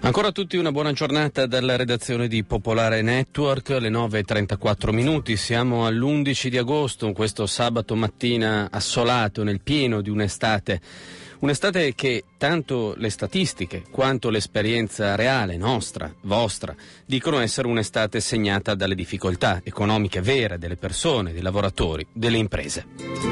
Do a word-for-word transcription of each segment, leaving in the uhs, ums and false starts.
Ancora a tutti una buona giornata dalla redazione di Popolare Network, le nove e trentaquattro minuti, siamo all'undici di agosto, questo sabato mattina assolato nel pieno di un'estate, un'estate che tanto le statistiche quanto l'esperienza reale nostra, vostra, dicono essere un'estate segnata dalle difficoltà economiche vere delle persone, dei lavoratori, delle imprese.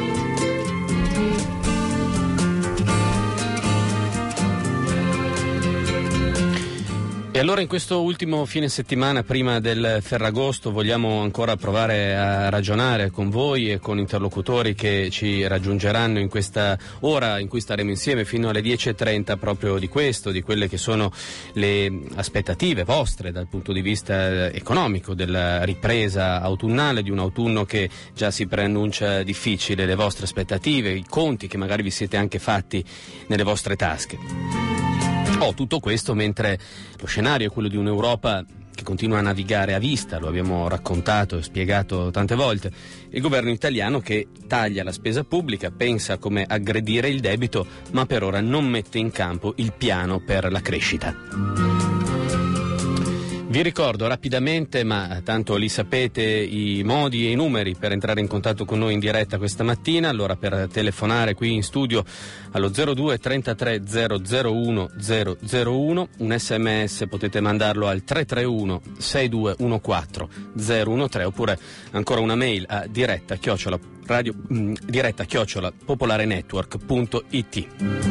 E allora in questo ultimo fine settimana, prima del Ferragosto, vogliamo ancora provare a ragionare con voi e con interlocutori che ci raggiungeranno in questa ora in cui staremo insieme fino alle dieci e trenta proprio di questo, di quelle che sono le aspettative vostre dal punto di vista economico della ripresa autunnale, di un autunno che già si preannuncia difficile, le vostre aspettative, i conti che magari vi siete anche fatti nelle vostre tasche. Oh, tutto questo mentre lo scenario è quello di un'Europa che continua a navigare a vista, lo abbiamo raccontato e spiegato tante volte, il governo italiano che taglia la spesa pubblica, pensa come aggredire il debito, ma per ora non mette in campo il piano per la crescita. Vi ricordo rapidamente, ma tanto li sapete, i modi e i numeri per entrare in contatto con noi in diretta questa mattina. Allora, per telefonare qui in studio allo zero due trentatré zero zero uno zero zero uno, un sms potete mandarlo al tre tre uno sei due uno quattro zero uno tre, oppure ancora una mail a diretta chiocciola radio mh, diretta chiocciola popolarenetwork punto it.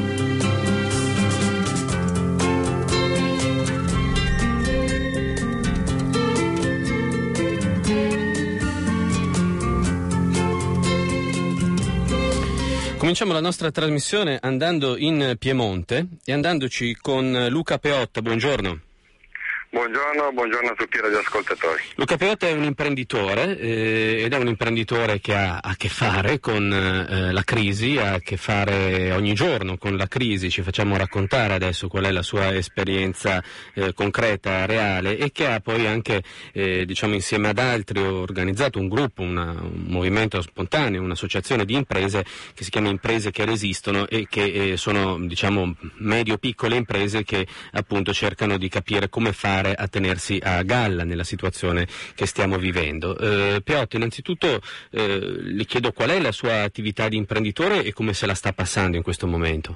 Cominciamo la nostra trasmissione andando in Piemonte e andandoci con Luca Peotta. Buongiorno. Buongiorno, buongiorno a tutti i radioascoltatori. Luca Peotta è un imprenditore eh, ed è un imprenditore che ha a che fare con eh, la crisi, ha a che fare ogni giorno con la crisi. Ci facciamo raccontare adesso qual è la sua esperienza eh, concreta, reale, e che ha poi anche, eh, diciamo, insieme ad altri organizzato un gruppo, una, un movimento spontaneo, un'associazione di imprese che si chiama Imprese che Resistono e che eh, sono, diciamo, medio-piccole imprese che appunto cercano di capire come fare a tenersi a galla nella situazione che stiamo vivendo. Eh, Peotta, innanzitutto eh, le chiedo qual è la sua attività di imprenditore e come se la sta passando in questo momento.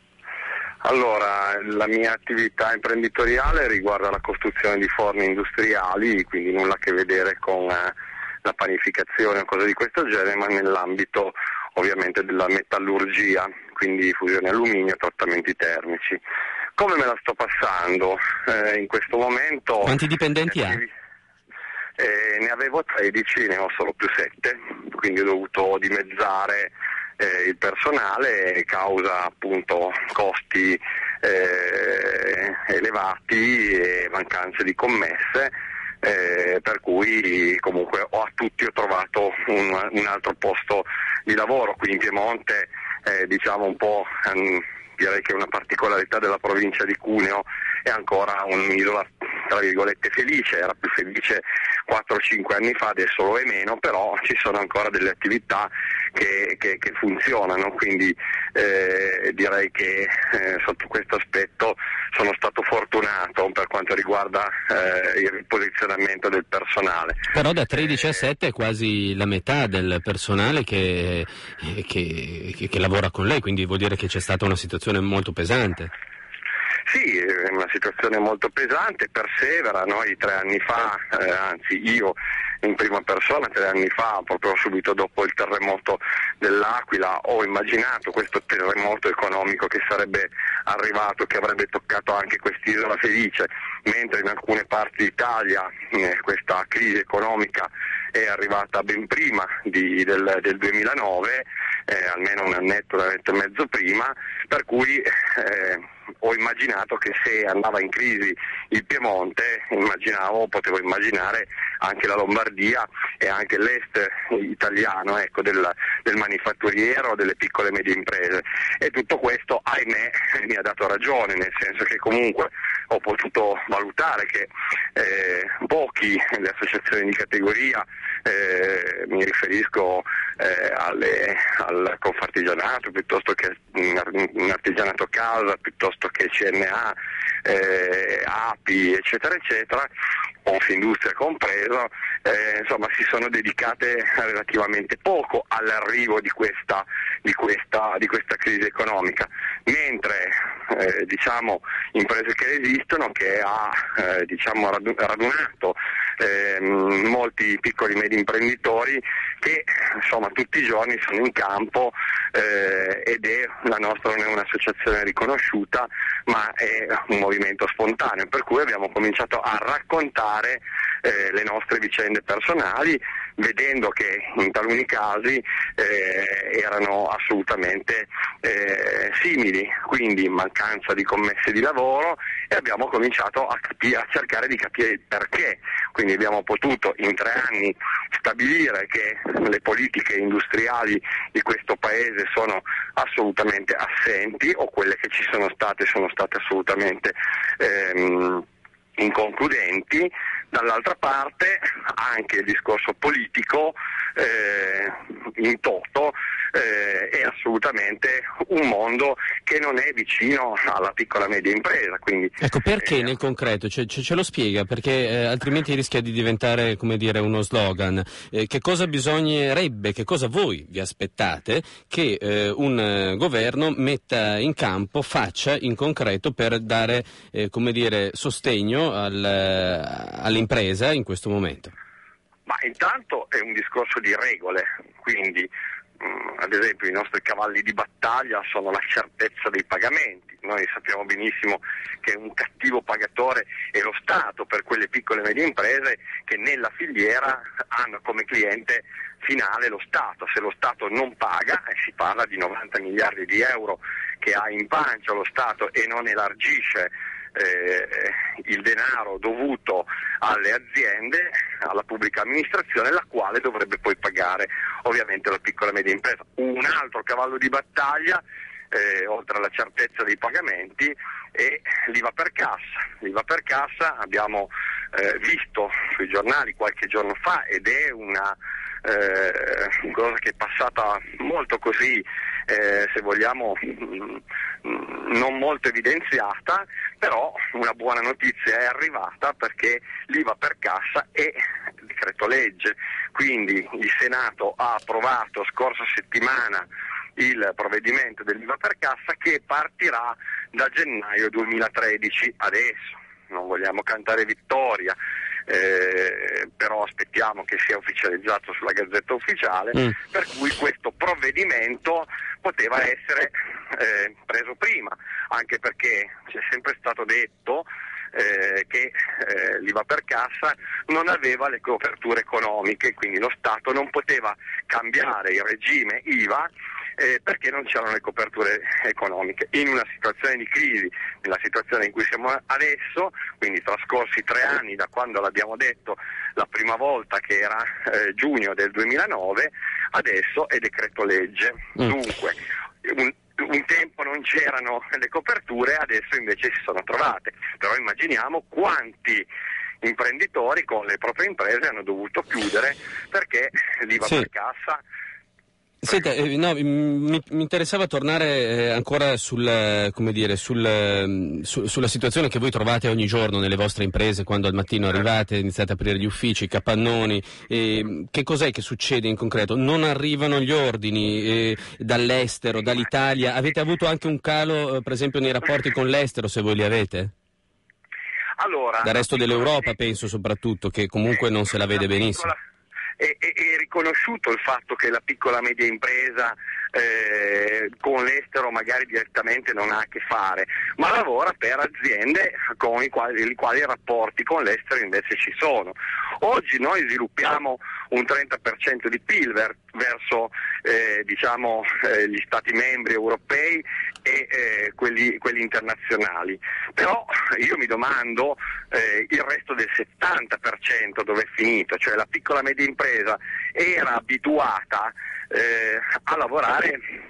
Allora, la mia attività imprenditoriale riguarda la costruzione di forni industriali, quindi nulla a che vedere con eh, la panificazione o cose di questo genere, ma nell'ambito ovviamente della metallurgia, quindi fusione alluminio e trattamenti termici. Come me la sto passando eh, in questo momento? Quanti dipendenti ha? Eh, ne avevo tredici, ne ho solo più sette, quindi ho dovuto dimezzare eh, il personale causa appunto costi eh, elevati e mancanze di commesse, eh, per cui comunque ho, a tutti ho trovato un, un altro posto di lavoro qui in Piemonte, eh, diciamo un po'... Um, direi che una particolarità della provincia di Cuneo è ancora un'isola tra virgolette felice, era più felice quattro o cinque anni fa, adesso lo è meno, però ci sono ancora delle attività che, che, che funzionano, quindi eh, direi che eh, sotto questo aspetto sono stato fortunato per quanto riguarda eh, il riposizionamento del personale. Però da tredici a sette è quasi la metà del personale che, che, che, che lavora con lei, quindi vuol dire che c'è stata una situazione molto pesante. Sì, è una situazione molto pesante, persevera. Noi tre anni fa, eh, anzi io in prima persona tre anni fa, proprio subito dopo il terremoto dell'Aquila, ho immaginato questo terremoto economico che sarebbe arrivato, che avrebbe toccato anche quest'isola felice, mentre in alcune parti d'Italia eh, questa crisi economica è arrivata ben prima di, del, del duemilanove, eh, almeno un annetto, un annetto e mezzo prima, per cui eh, ho immaginato che se andava in crisi il Piemonte, immaginavo, potevo immaginare anche la Lombardia e anche l'est italiano, ecco, del, del manifatturiero, delle piccole e medie imprese. E tutto questo, ahimè, mi ha dato ragione, nel senso che comunque ho potuto valutare che eh, pochi, le associazioni di categoria, eh, mi riferisco eh, alle, al Confartigianato piuttosto che un artigianato casa, piuttosto che C N A, eh, A P I, eccetera eccetera, Confindustria compreso, eh, insomma si sono dedicate relativamente poco all'arrivo di questa, di questa, di questa crisi economica, mentre eh, diciamo imprese che resistono, che ha eh, diciamo radunato eh, molti piccoli e medi imprenditori che insomma tutti i giorni sono in campo, eh, ed è la nostra non è un'associazione riconosciuta, ma è un movimento spontaneo, per cui abbiamo cominciato a raccontare eh, le nostre vicende personali, vedendo che in taluni casi eh, erano assolutamente eh, simili, quindi mancanza di commesse di lavoro, e abbiamo cominciato a, capi- a cercare di capire il perché. Quindi abbiamo potuto in tre anni stabilire che le politiche industriali di questo paese sono assolutamente assenti, o quelle che ci sono state sono state assolutamente ehm, inconcludenti. Dall'altra parte anche il discorso politico eh, in toto eh, è assolutamente un mondo che non è vicino alla piccola e media impresa. Quindi, ecco, perché eh, nel concreto? Ce, ce, ce lo spiega? Perché eh, altrimenti rischia di diventare, come dire, uno slogan. Eh, che cosa bisognerebbe, che cosa voi vi aspettate che eh, un eh, governo metta in campo, faccia in concreto per dare, eh, come dire, sostegno al, all'impresa in questo momento? Ma intanto è un discorso di regole, quindi mh, ad esempio i nostri cavalli di battaglia sono la certezza dei pagamenti. Noi sappiamo benissimo che un cattivo pagatore è lo Stato per quelle piccole e medie imprese che nella filiera hanno come cliente finale lo Stato. Se lo Stato non paga, e si parla di novanta miliardi di euro che ha in pancia lo Stato e non elargisce Eh, il denaro dovuto alle aziende, alla pubblica amministrazione, la quale dovrebbe poi pagare ovviamente la piccola e media impresa. Un altro cavallo di battaglia, eh, oltre alla certezza dei pagamenti, è l'I V A per cassa. L'I V A per cassa abbiamo eh, visto sui giornali qualche giorno fa, ed è una eh, cosa che è passata molto così, eh, se vogliamo mh, mh, non molto evidenziata, però una buona notizia è arrivata, perché l'I V A per cassa è decreto legge, quindi il Senato ha approvato scorsa settimana il provvedimento dell'I V A per cassa, che partirà da gennaio duemilatredici. Adesso non vogliamo cantare vittoria, eh, però aspettiamo che sia ufficializzato sulla Gazzetta Ufficiale, mm. per cui questo provvedimento poteva essere eh, preso prima, anche perché c'è sempre stato detto eh, che eh, l'I V A per cassa non aveva le coperture economiche, quindi lo Stato non poteva cambiare il regime I V A Eh, perché non c'erano le coperture economiche. In una situazione di crisi, nella situazione in cui siamo adesso, quindi trascorsi tre anni da quando l'abbiamo detto la prima volta, che era eh, giugno del duemilanove, adesso è decreto legge. Mm. Dunque, un, un tempo non c'erano le coperture, adesso invece si sono trovate. Però immaginiamo quanti imprenditori con le proprie imprese hanno dovuto chiudere perché l'I V A sì. per cassa. Senta, eh, no, mi, mi interessava tornare eh, ancora sul, come dire, sul, su, sulla situazione che voi trovate ogni giorno nelle vostre imprese, quando al mattino arrivate, iniziate a aprire gli uffici, i capannoni. Eh, che cos'è che succede in concreto? Non arrivano gli ordini eh, dall'estero, dall'Italia? Avete avuto anche un calo, eh, per esempio, nei rapporti con l'estero, se voi li avete? Allora, dal resto dell'Europa, penso, soprattutto, che comunque non se la vede benissimo. È, è, è riconosciuto il fatto che la piccola media impresa eh, con l'estero magari direttamente non ha a che fare, ma lavora per aziende con i quali, i quali i rapporti con l'estero invece ci sono. Oggi noi sviluppiamo un trenta per cento di P I L ver, verso eh, diciamo, eh, gli Stati membri europei e eh, quelli, quelli internazionali, però io mi domando eh, il resto del settanta per cento dove è finito, cioè la piccola media impresa era abituata eh, a lavorare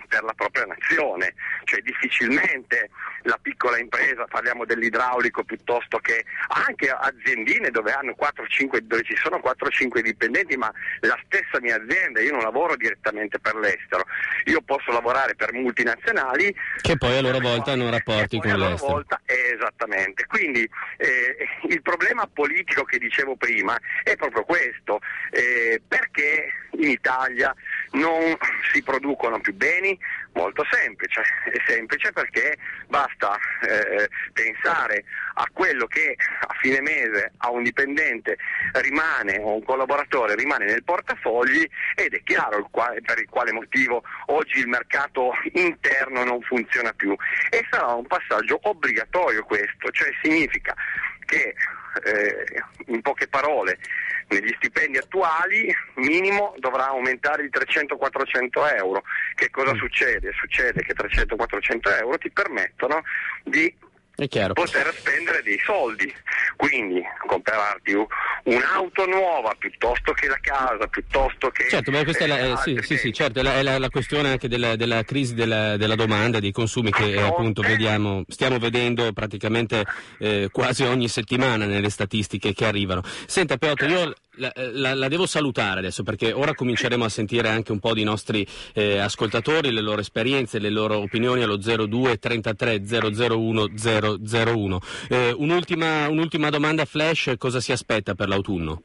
per la propria nazione, cioè difficilmente la piccola impresa, parliamo dell'idraulico piuttosto che anche aziendine dove hanno quattro cinque, dove ci sono quattro cinque dipendenti, ma la stessa mia azienda, io non lavoro direttamente per l'estero, io posso lavorare per multinazionali che poi a loro volta hanno rapporti con l'estero. Volta, eh, esattamente, quindi eh, il problema politico che dicevo prima è proprio questo, eh, perché in Italia non si producono più beni? Molto semplice, è semplice perché basta eh, pensare a quello che a fine mese a un dipendente rimane o un collaboratore rimane nel portafogli, ed è chiaro il quale, per il quale motivo oggi il mercato interno non funziona più, e sarà un passaggio obbligatorio questo, cioè significa che eh, in poche parole negli stipendi attuali minimo dovrà aumentare di trecento quattrocento euro. Che cosa mm. succede? Succede che trecento quattrocento euro ti permettono di poter spendere dei soldi, quindi comprarti un'auto nuova piuttosto che la casa, piuttosto che certo, ma questa eh, è la, eh, sì, sì, sì, certo, è la, è la, la questione anche della, della crisi della, della domanda, dei consumi che eh, appunto vediamo, stiamo vedendo praticamente eh, quasi ogni settimana nelle statistiche che arrivano. Senta Peotto, io La, la, la devo salutare adesso, perché ora cominceremo a sentire anche un po' di nostri eh, ascoltatori, le loro esperienze, le loro opinioni allo zero due trentatré zero zero uno zero zero uno. Eh, un'ultima, un'ultima domanda flash: cosa si aspetta per l'autunno?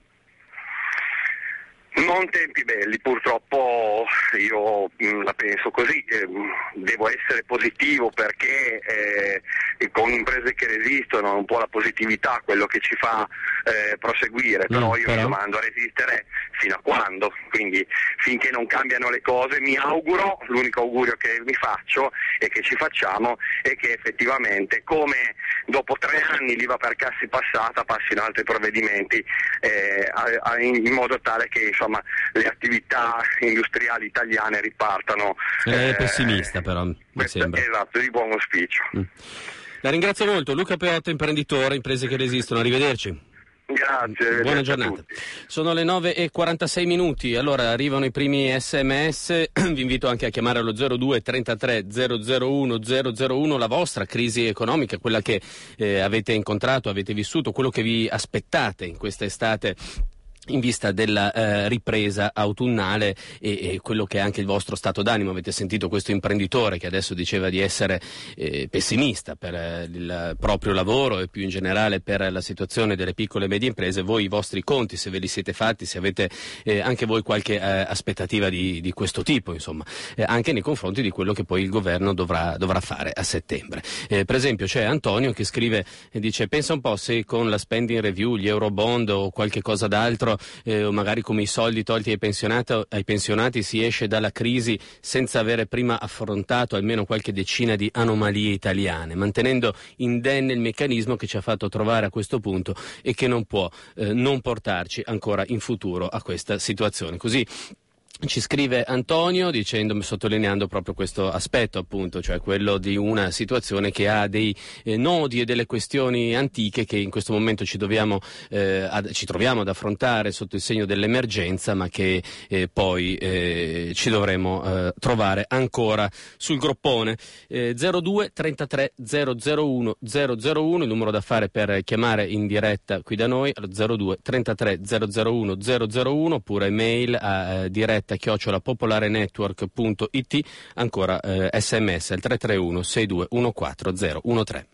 Non tempi belli, purtroppo io mh, la penso così, eh, devo essere positivo perché eh, con imprese che resistono è un po' la positività quello che ci fa eh, proseguire, però mm, io però... mi domando a resistere fino a quando, quindi finché non cambiano le cose mi auguro, l'unico augurio che mi faccio e che ci facciamo è che effettivamente come dopo tre anni l'I V A per cassi passata passino altri provvedimenti eh, a, a, in, in modo tale che insomma le attività industriali italiane ripartano. Lei è eh, pessimista però, mi questo, sembra. Esatto, di buon auspicio. Mm. La ringrazio molto, Luca Peotto, imprenditore, imprese che resistono, arrivederci. Grazie. Buona giornata. Sono le nove e quarantasei minuti, allora arrivano i primi sms, vi invito anche a chiamare allo zero due trentatré zero zero uno zero zero uno la vostra crisi economica, quella che eh, avete incontrato, avete vissuto, quello che vi aspettate in questa estate in vista della eh, ripresa autunnale e, e quello che è anche il vostro stato d'animo. Avete sentito questo imprenditore che adesso diceva di essere eh, pessimista per eh, il proprio lavoro e più in generale per la situazione delle piccole e medie imprese. Voi i vostri conti, se ve li siete fatti, se avete eh, anche voi qualche eh, aspettativa di, di questo tipo, insomma, eh, anche nei confronti di quello che poi il governo dovrà, dovrà fare a settembre. Eh, per esempio c'è Antonio che scrive e dice: pensa un po' se con la spending review, gli eurobond o qualche cosa d'altro Eh, o magari come i soldi tolti ai pensionati, ai pensionati si esce dalla crisi senza avere prima affrontato almeno qualche decina di anomalie italiane, mantenendo indenne il meccanismo che ci ha fatto trovare a questo punto e che non può eh, non portarci ancora in futuro a questa situazione. Così ci scrive Antonio dicendo, sottolineando proprio questo aspetto, appunto, cioè quello di una situazione che ha dei eh, nodi e delle questioni antiche che in questo momento ci dobbiamo eh, ad, ci troviamo ad affrontare sotto il segno dell'emergenza, ma che eh, poi eh, ci dovremo eh, trovare ancora sul groppone. eh, zero due trentatré zero zero uno zero zero uno il numero da fare per chiamare in diretta qui da noi, allo zero due trentatré zero zero uno zero zero uno, oppure mail a eh, diretta chiocciola popolarenetwork punto it, ancora eh, sms al tre tre uno sei due uno quattro zero uno tre.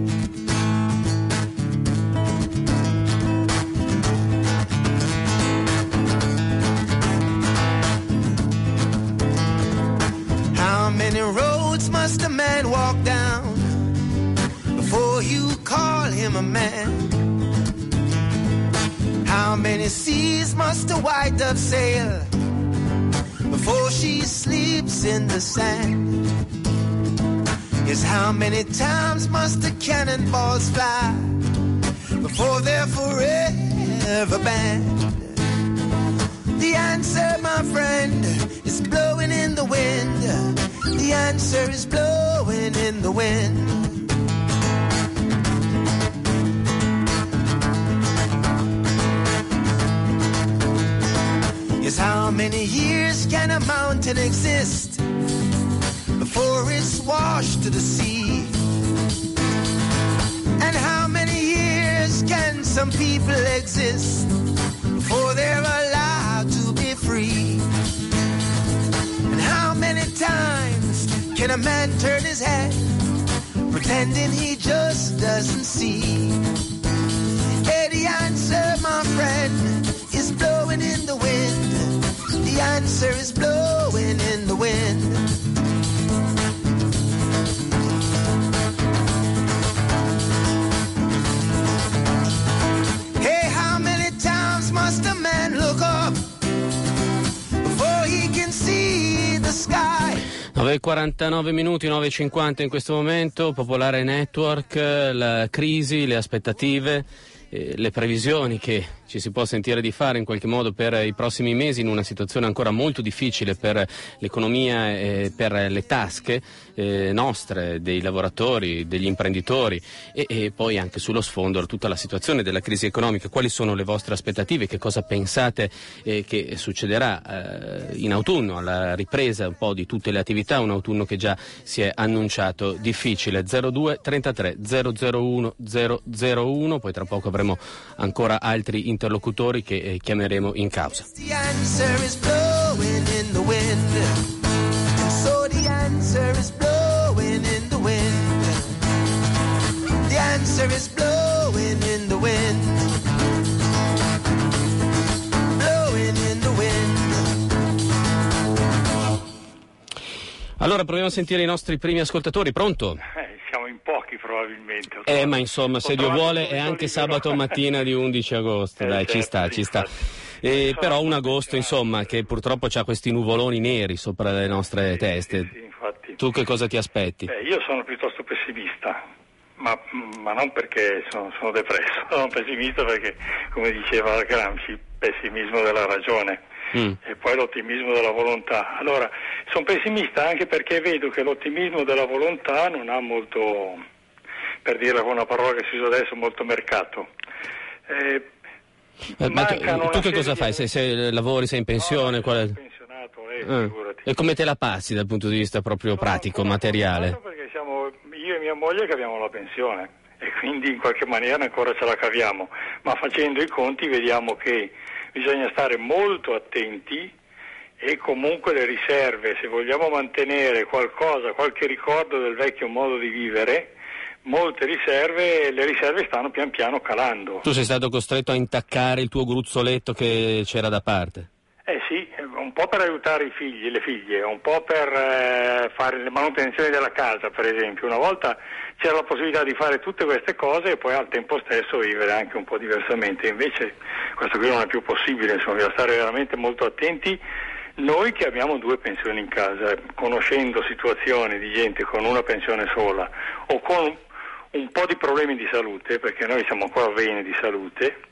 How many roads must a man walk down before you call him a man? How many seas must a white dove sail before she sleeps in the sand? Yes, how many times must the cannonballs fly before they're forever banned? The answer, my friend, is blowing in the wind. The answer is blowing in the wind. Yes, how many years can a mountain exist before it's washed to the sea? And how many years can some people exist before they're allowed to be free? And how many times can a man turn his head, pretending he just doesn't see? Hey, the answer, my friend, is blowing in the wind. The answer is blowing in the wind. Hey, how many times must a man look up before he can see the sky? nove e quarantanove minuti, nove e cinquanta in questo momento. Popolare Network, la crisi, le aspettative, eh, le previsioni che ci si può sentire di fare in qualche modo per i prossimi mesi in una situazione ancora molto difficile per l'economia e per le tasche eh, nostre, dei lavoratori, degli imprenditori e, e poi anche sullo sfondo tutta la situazione della crisi economica. Quali sono le vostre aspettative? Che cosa pensate eh, che succederà eh, in autunno, alla ripresa un po' di tutte le attività, un autunno che già si è annunciato difficile? zero due trentatré zero zero uno zero zero uno, poi tra poco avremo ancora altri interlocutori che eh, chiameremo in causa. The answer is blowing in the wind. And so the answer is blowing in the wind. The answer is blowing in the wind. Blowing in the wind. Allora proviamo a sentire i nostri primi ascoltatori. Pronto? Eh, siamo in pochi probabilmente. Eh, ma insomma, se Dio vuole è anche sabato mattina di undici agosto, Eh, dai, certo, ci sta, ci sta. infatti. Eh, però un agosto, insomma, che purtroppo ha questi nuvoloni neri sopra le nostre Sì, teste. sì, sì, infatti. Tu che cosa ti aspetti? Beh, io sono piuttosto pessimista, ma, ma non perché sono, sono depresso, sono pessimista perché, come diceva Gramsci, pessimismo della ragione. Mm. E poi l'ottimismo della volontà. Allora, sono pessimista anche perché vedo che l'ottimismo della volontà non ha molto, per dirla con una parola che si usa adesso, molto mercato. Eh, Eh, ma tu, mancano tu una che cosa serie fai? di- Se, se lavori, sei in pensione? No, qual è? sono pensionato, eh, Eh. figurati. E come te la passi dal punto di vista proprio Sono pratico, ancora materiale? fortunato perché siamo io e mia moglie che abbiamo la pensione e quindi in qualche maniera ancora ce la caviamo, ma facendo i conti vediamo che bisogna stare molto attenti e comunque le riserve, se vogliamo mantenere qualcosa, qualche ricordo del vecchio modo di vivere, molte riserve, le riserve stanno pian piano calando. Tu sei stato costretto a intaccare il tuo gruzzoletto che c'era da parte? Eh sì, un po' per aiutare i figli, le figlie, un po' per eh, fare le manutenzioni della casa, per esempio. Una volta c'era la possibilità di fare tutte queste cose e poi al tempo stesso vivere anche un po' diversamente. Invece questo qui non è più possibile, insomma, bisogna stare veramente molto attenti. Noi che abbiamo due pensioni in casa, conoscendo situazioni di gente con una pensione sola o con un po' di problemi di salute, perché noi siamo ancora bene di salute,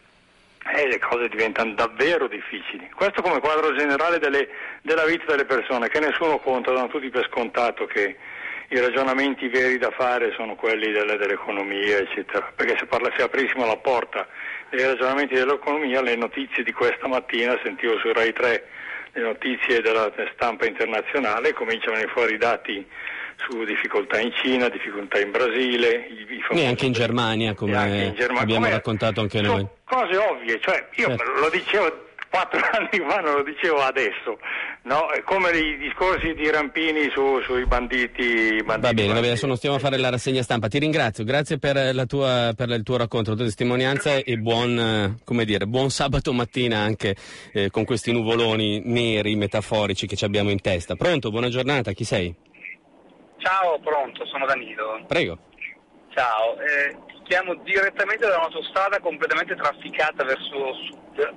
e le cose diventano davvero difficili. Questo come quadro generale delle, della vita delle persone, che nessuno conta, danno tutti per scontato che i ragionamenti veri da fare sono quelli delle, dell'economia, eccetera. Perché se, parla, se aprissimo la porta dei ragionamenti dell'economia, le notizie di questa mattina, sentivo su Rai tre le notizie della stampa internazionale, cominciano a venire fuori i dati su difficoltà in Cina, difficoltà in Brasile, i, i E anche in Germania, come anche in Germania. abbiamo Come, raccontato anche sono noi. Cose ovvie, cioè io Certo. lo dicevo quattro anni fa, non lo dicevo adesso, no? È come i discorsi di Rampini su, sui banditi, banditi. Va bene, va bene, banditi. adesso non stiamo a fare la rassegna stampa. Ti ringrazio, grazie per la tua per il tuo racconto, la tua testimonianza e buon eh, come dire, buon sabato mattina anche eh, con questi nuvoloni neri metaforici che ci abbiamo in testa. Pronto? Buona giornata, chi sei? Ciao, pronto, sono Danilo. Prego. Ciao, eh, ti chiamo direttamente da un'autostrada completamente trafficata verso sud.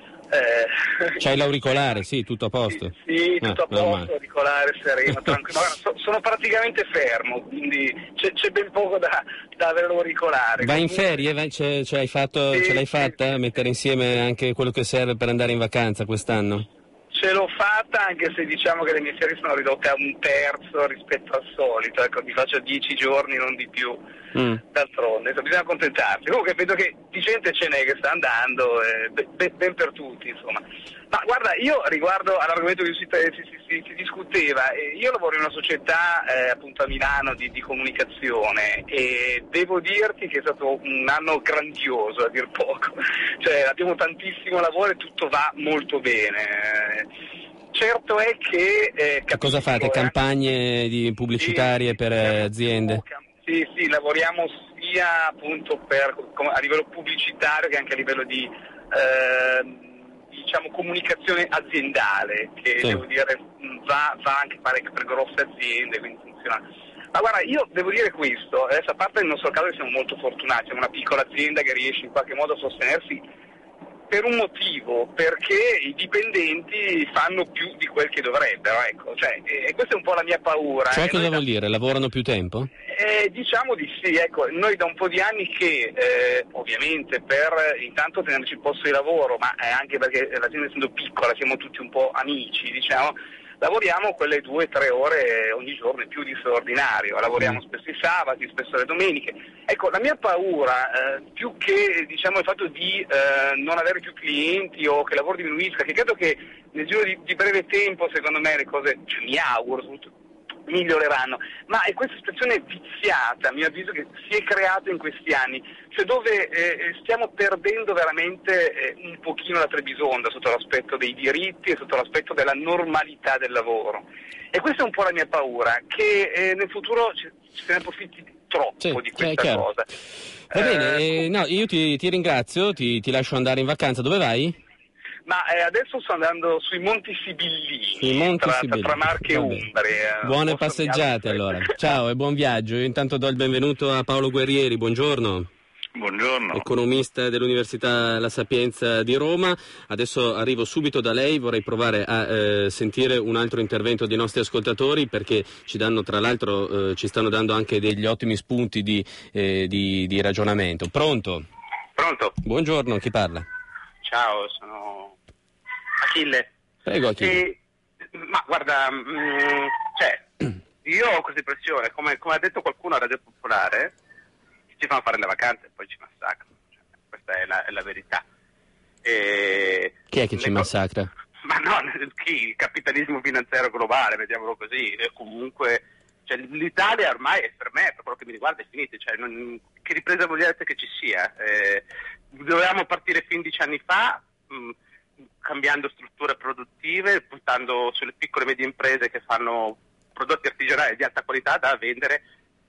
Eh, C'hai l'auricolare, sì, tutto a posto? Sì, sì, tutto Ah, a posto, normale. auricolare, sereno, tranquillo. Guarda, so- sono praticamente fermo, quindi c'è, c'è ben poco da, da avere l'auricolare. Vai in Comunque- ferie? Vai- ce, ce l'hai fatto, Sì, ce l'hai sì, fatta? sì. Mettere insieme anche quello che serve per andare in vacanza quest'anno? Ce l'ho fatta, anche se diciamo che le mie ferie sono ridotte a un terzo rispetto al solito, ecco, mi faccio dieci giorni, non di più, Mm. d'altronde, bisogna accontentarsi. Comunque vedo che di gente ce n'è che sta andando, eh, be- be- ben per tutti, insomma. Ma guarda, io riguardo all'argomento che si, si, si, si discuteva, io lavoro in una società eh, appunto a Milano di, di comunicazione e devo dirti che è stato un anno grandioso, a dir poco, cioè abbiamo tantissimo lavoro e tutto va molto bene. Certo è che... Eh, che cosa fate? Eh? Campagne di pubblicitarie sì, per eh, aziende? Sì, sì, lavoriamo sia appunto per, a livello pubblicitario che anche a livello di... Eh, diciamo comunicazione aziendale che sì. devo dire va, va anche parecchio per grosse aziende, quindi funziona. Ma guarda, io devo dire questo, adesso a parte nel nostro caso siamo molto fortunati, siamo una piccola azienda che riesce in qualche modo a sostenersi per un motivo, perché i dipendenti fanno più di quel che dovrebbero, ecco, cioè, e questa è un po' la mia paura. Cioè, cosa vuol da... dire? Lavorano più tempo? Eh, diciamo di sì, ecco, noi da un po' di anni che eh, ovviamente per intanto tenerci il posto di lavoro, ma eh, anche perché l'azienda essendo piccola siamo tutti un po' amici, diciamo, lavoriamo quelle due o tre ore ogni giorno in più di straordinario, lavoriamo mm. spesso i sabati, spesso le domeniche. Ecco, la mia paura, eh, più che diciamo il fatto di eh, non avere più clienti o che il lavoro diminuisca, che credo che nel giro di, di breve tempo, secondo me, le cose, cioè, mi auguro, soprattutto, miglioreranno, ma è questa situazione viziata, a mio avviso, che si è creata in questi anni, cioè dove eh, stiamo perdendo veramente eh, un pochino la Trebisonda sotto l'aspetto dei diritti e sotto l'aspetto della normalità del lavoro. E questa è un po' la mia paura, che eh, nel futuro ci, ci se ne approfitti troppo sì, di questa cosa. Va eh, bene, eh, no, io ti, ti ringrazio, ti, ti lascio andare in vacanza. Dove vai? Ma eh, adesso sto andando sui Monti Sibillini, sui Monti tra, Sibillini. tra Marche e Umbria. Buone passeggiate allora. Ciao e buon viaggio. Io intanto do il benvenuto a Paolo Guerrieri, buongiorno. Buongiorno. Economista dell'Università La Sapienza di Roma. Adesso arrivo subito da lei, vorrei provare a eh, sentire un altro intervento dei nostri ascoltatori perché ci danno, tra l'altro, eh, ci stanno dando anche degli ottimi spunti di, eh, di, di ragionamento. Pronto? Pronto. Buongiorno, chi parla? Ciao, sono Achille. Prego Achille. E, ma guarda, mh, cioè, io ho questa impressione, come, come ha detto qualcuno a Radio Popolare, ci fanno fare le vacanze e poi ci massacrano, cioè, questa è la, è la verità. E chi è che ci co- massacra? Ma no, chi? Il capitalismo finanziario globale, vediamolo così, e comunque cioè, l'Italia ormai è, per me, per quello che mi riguarda, è finita, cioè, non, che ripresa vogliate che ci sia. Eh, dovevamo partire quindici anni fa, mh, cambiando strutture produttive, puntando sulle piccole e medie imprese che fanno prodotti artigianali di alta qualità da vendere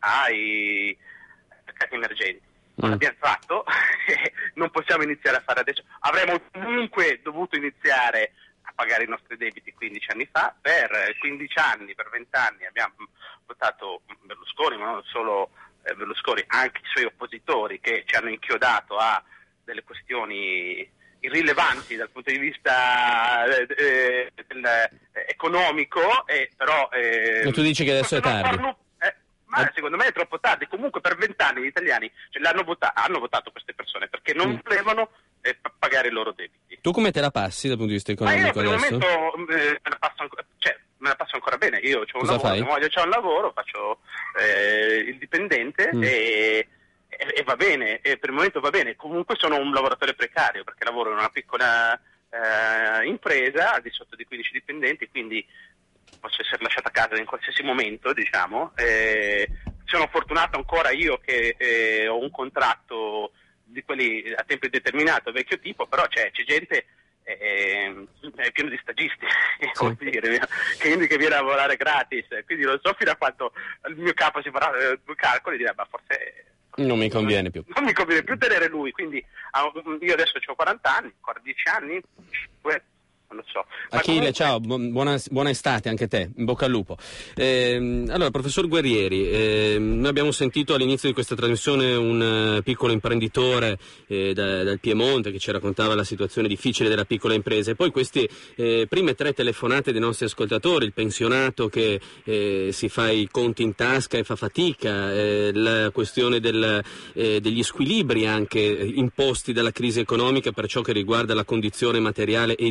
ai mercati emergenti. Non mm. l'abbiamo fatto, non possiamo iniziare a fare adesso. Avremmo comunque dovuto iniziare a pagare i nostri debiti quindici anni fa. Per quindici anni, per venti anni abbiamo votato Berlusconi, ma non solo eh, Berlusconi, anche i suoi oppositori che ci hanno inchiodato a delle questioni irrilevanti dal punto di vista eh, eh, del, eh, economico, eh, però... Eh, ma tu dici che adesso è tardi? Farlo, eh, ma eh. secondo me è troppo tardi. Comunque per vent'anni gli italiani cioè, l'hanno vota- hanno votato queste persone perché non mm. volevano eh, pagare i loro debiti. Tu come te la passi dal punto di vista economico ma io adesso? Per il momento eh, me, la passo ancora, cioè, me la passo ancora bene. Io c'ho un Cosa lavoro, fai? mia moglie c'ha un lavoro, faccio eh, il dipendente mm. e... E va bene, e per il momento va bene. Comunque sono un lavoratore precario perché lavoro in una piccola eh, impresa al di sotto di quindici dipendenti, quindi posso essere lasciato a casa in qualsiasi momento, diciamo. Eh, sono fortunato ancora io che eh, ho un contratto di quelli a tempo indeterminato, vecchio tipo, però c'è, c'è gente eh, è pieno di stagisti sì. dire, che, che viene a lavorare gratis, quindi non so fino a quanto il mio capo si farà eh, due calcoli e dirà ma forse non mi conviene più. Non mi conviene più tenere lui, quindi io adesso ho quaranta anni, ancora dieci anni, cinque, non lo so. Achille, comunque... ciao, buona, buona estate anche te, in bocca al lupo. Eh, allora, professor Guerrieri, eh, noi abbiamo sentito all'inizio di questa trasmissione un uh, piccolo imprenditore eh, da, dal Piemonte che ci raccontava la situazione difficile della piccola impresa e poi queste eh, prime tre telefonate dei nostri ascoltatori, il pensionato che eh, si fa i conti in tasca e fa fatica, eh, la questione del, eh, degli squilibri anche imposti dalla crisi economica per ciò che riguarda la condizione materiale e i diritti della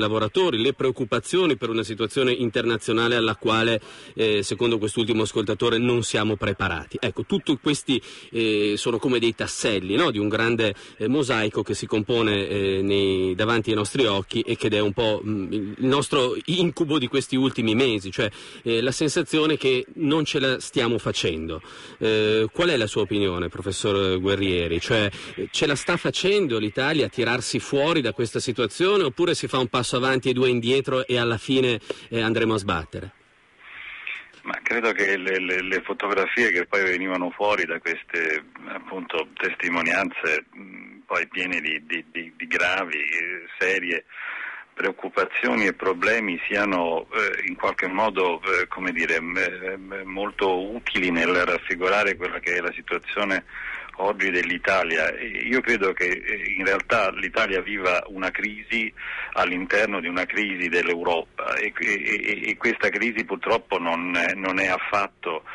lavoratori, le preoccupazioni per una situazione internazionale alla quale, eh, secondo quest'ultimo ascoltatore, non siamo preparati. Ecco, tutti questi eh, sono come dei tasselli, no? Di un grande eh, mosaico che si compone eh, nei, davanti ai nostri occhi e che è un po' mh, il nostro incubo di questi ultimi mesi, cioè eh, la sensazione che non ce la stiamo facendo. Eh, qual è la sua opinione, professor Guerrieri? Cioè, ce la sta facendo l'Italia a tirarsi fuori da questa situazione, oppure si fa un passo avanti e due indietro e alla fine eh, andremo a sbattere? Ma credo che le, le, le fotografie che poi venivano fuori da queste appunto testimonianze mh, poi piene di, di, di, di gravi, serie preoccupazioni e problemi siano eh, in qualche modo eh, come dire m- molto utili nel raffigurare quella che è la situazione oggi dell'Italia. Io credo che in realtà l'Italia viva una crisi all'interno di una crisi dell'Europa e, e, e questa crisi purtroppo non, non è affatto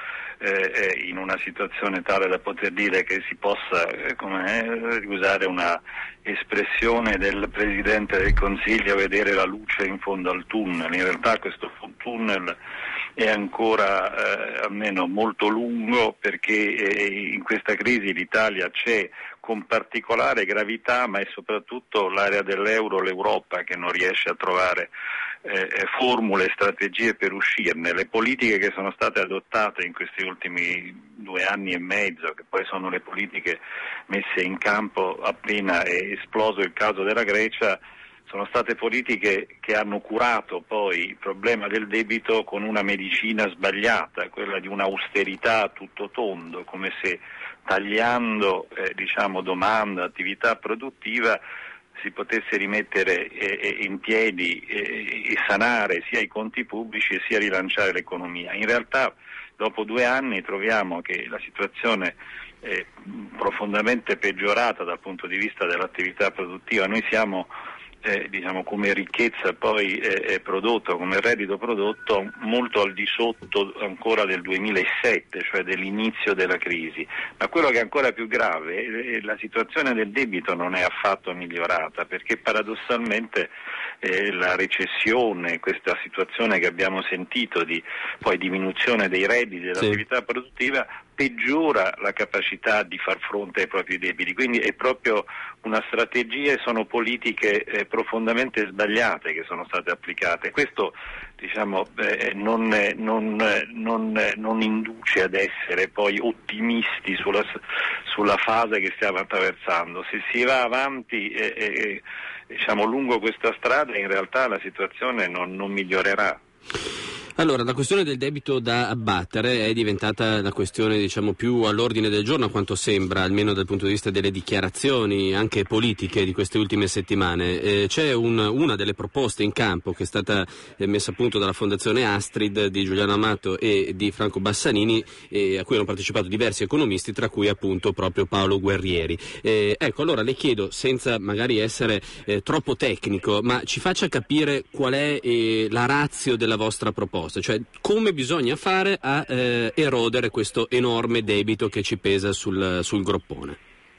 eh, in una situazione tale da poter dire che si possa eh, come, usare una espressione del Presidente del Consiglio, vedere la luce in fondo al tunnel. In realtà questo tunnel è ancora eh, almeno molto lungo, perché eh, in questa crisi l'Italia c'è con particolare gravità, ma è soprattutto l'area dell'euro, l'Europa, che non riesce a trovare eh, formule e strategie per uscirne. Le politiche che sono state adottate in questi ultimi due anni e mezzo, che poi sono le politiche messe in campo appena è esploso il caso della Grecia, sono state politiche che hanno curato poi il problema del debito con una medicina sbagliata, quella di un'austerità a tutto tondo, come se tagliando eh, diciamo domanda, attività produttiva si potesse rimettere eh, in piedi eh, e sanare sia i conti pubblici sia rilanciare l'economia. In realtà dopo due anni troviamo che la situazione è profondamente peggiorata dal punto di vista dell'attività produttiva. Noi siamo Eh, diciamo come ricchezza poi eh, prodotto, come reddito prodotto, molto al di sotto ancora del duemilasette, cioè dell'inizio della crisi. Ma quello che è ancora più grave è la situazione del debito non è affatto migliorata, perché paradossalmente eh, la recessione, questa situazione che abbiamo sentito di poi diminuzione dei redditi dell'attività sì. produttiva, peggiora la capacità di far fronte ai propri debiti. Quindi è proprio una strategia e sono politiche eh, profondamente sbagliate che sono state applicate. Questo diciamo eh, non, non, non, non induce ad essere poi ottimisti sulla, sulla fase che stiamo attraversando. Se si va avanti eh, eh, diciamo lungo questa strada, in realtà la situazione non, non migliorerà. Allora, la questione del debito da abbattere è diventata la questione, diciamo, più all'ordine del giorno, a quanto sembra, almeno dal punto di vista delle dichiarazioni anche politiche di queste ultime settimane. Eh, c'è un, una delle proposte in campo che è stata eh, messa a punto dalla Fondazione Astrid di Giuliano Amato e di Franco Bassanini, eh, a cui hanno partecipato diversi economisti, tra cui appunto proprio Paolo Guerrieri. Eh, ecco, allora le chiedo, senza magari essere eh, troppo tecnico, ma ci faccia capire qual è eh, la ratio della vostra proposta. Cioè come bisogna fare a eh, erodere questo enorme debito che ci pesa sul, sul groppone.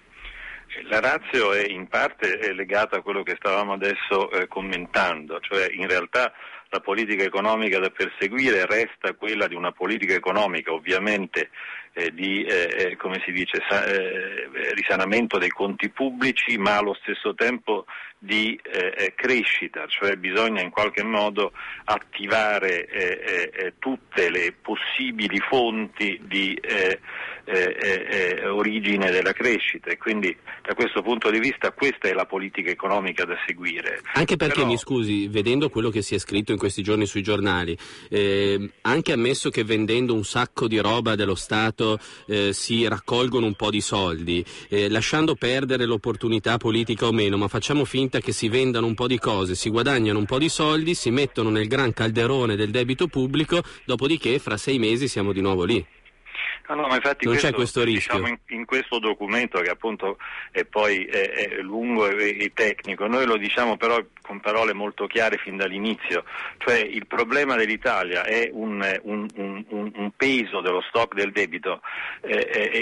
La ratio è in parte è legata a quello che stavamo adesso eh, commentando, cioè in realtà la politica economica da perseguire resta quella di una politica economica ovviamente eh, di eh, come si dice sa- eh, risanamento dei conti pubblici, ma allo stesso tempo di eh, crescita, cioè bisogna in qualche modo attivare eh, eh, tutte le possibili fonti di eh, eh, eh, origine della crescita, e quindi da questo punto di vista questa è la politica economica da seguire. Anche perché, Però... mi scusi, vedendo quello che si è scritto in questi giorni sui giornali, eh, anche ammesso che vendendo un sacco di roba dello Stato eh, si raccolgono un po' di soldi, eh, lasciando perdere l'opportunità politica o meno, ma facciamo finta che si vendano un po' di cose, si guadagnano un po' di soldi, si mettono nel gran calderone del debito pubblico, dopodiché fra sei mesi siamo di nuovo lì. Ah, no, ma infatti non questo, c'è questo rischio. Diciamo, in, in questo documento, che appunto è poi è, è lungo e, e tecnico, noi lo diciamo però con parole molto chiare fin dall'inizio, cioè il problema dell'Italia è un, un, un, un peso dello stock del debito eh,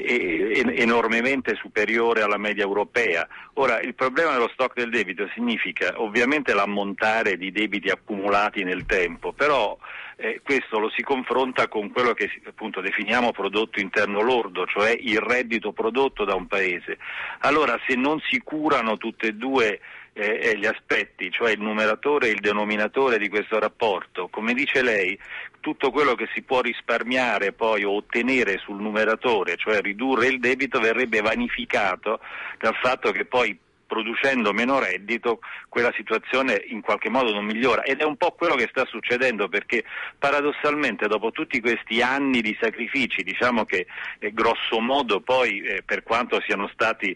eh, eh, enormemente superiore alla media europea. Ora, il problema dello stock del debito significa ovviamente l'ammontare di debiti accumulati nel tempo, però Eh, questo lo si confronta con quello che appunto definiamo prodotto interno lordo, cioè il reddito prodotto da un paese. Allora, se non si curano tutti e due eh, gli aspetti, cioè il numeratore e il denominatore di questo rapporto, come dice lei, tutto quello che si può risparmiare poi o ottenere sul numeratore, cioè ridurre il debito, verrebbe vanificato dal fatto che poi producendo meno reddito quella situazione in qualche modo non migliora, ed è un po' quello che sta succedendo, perché paradossalmente dopo tutti questi anni di sacrifici, diciamo che eh, grosso modo poi eh, per quanto siano stati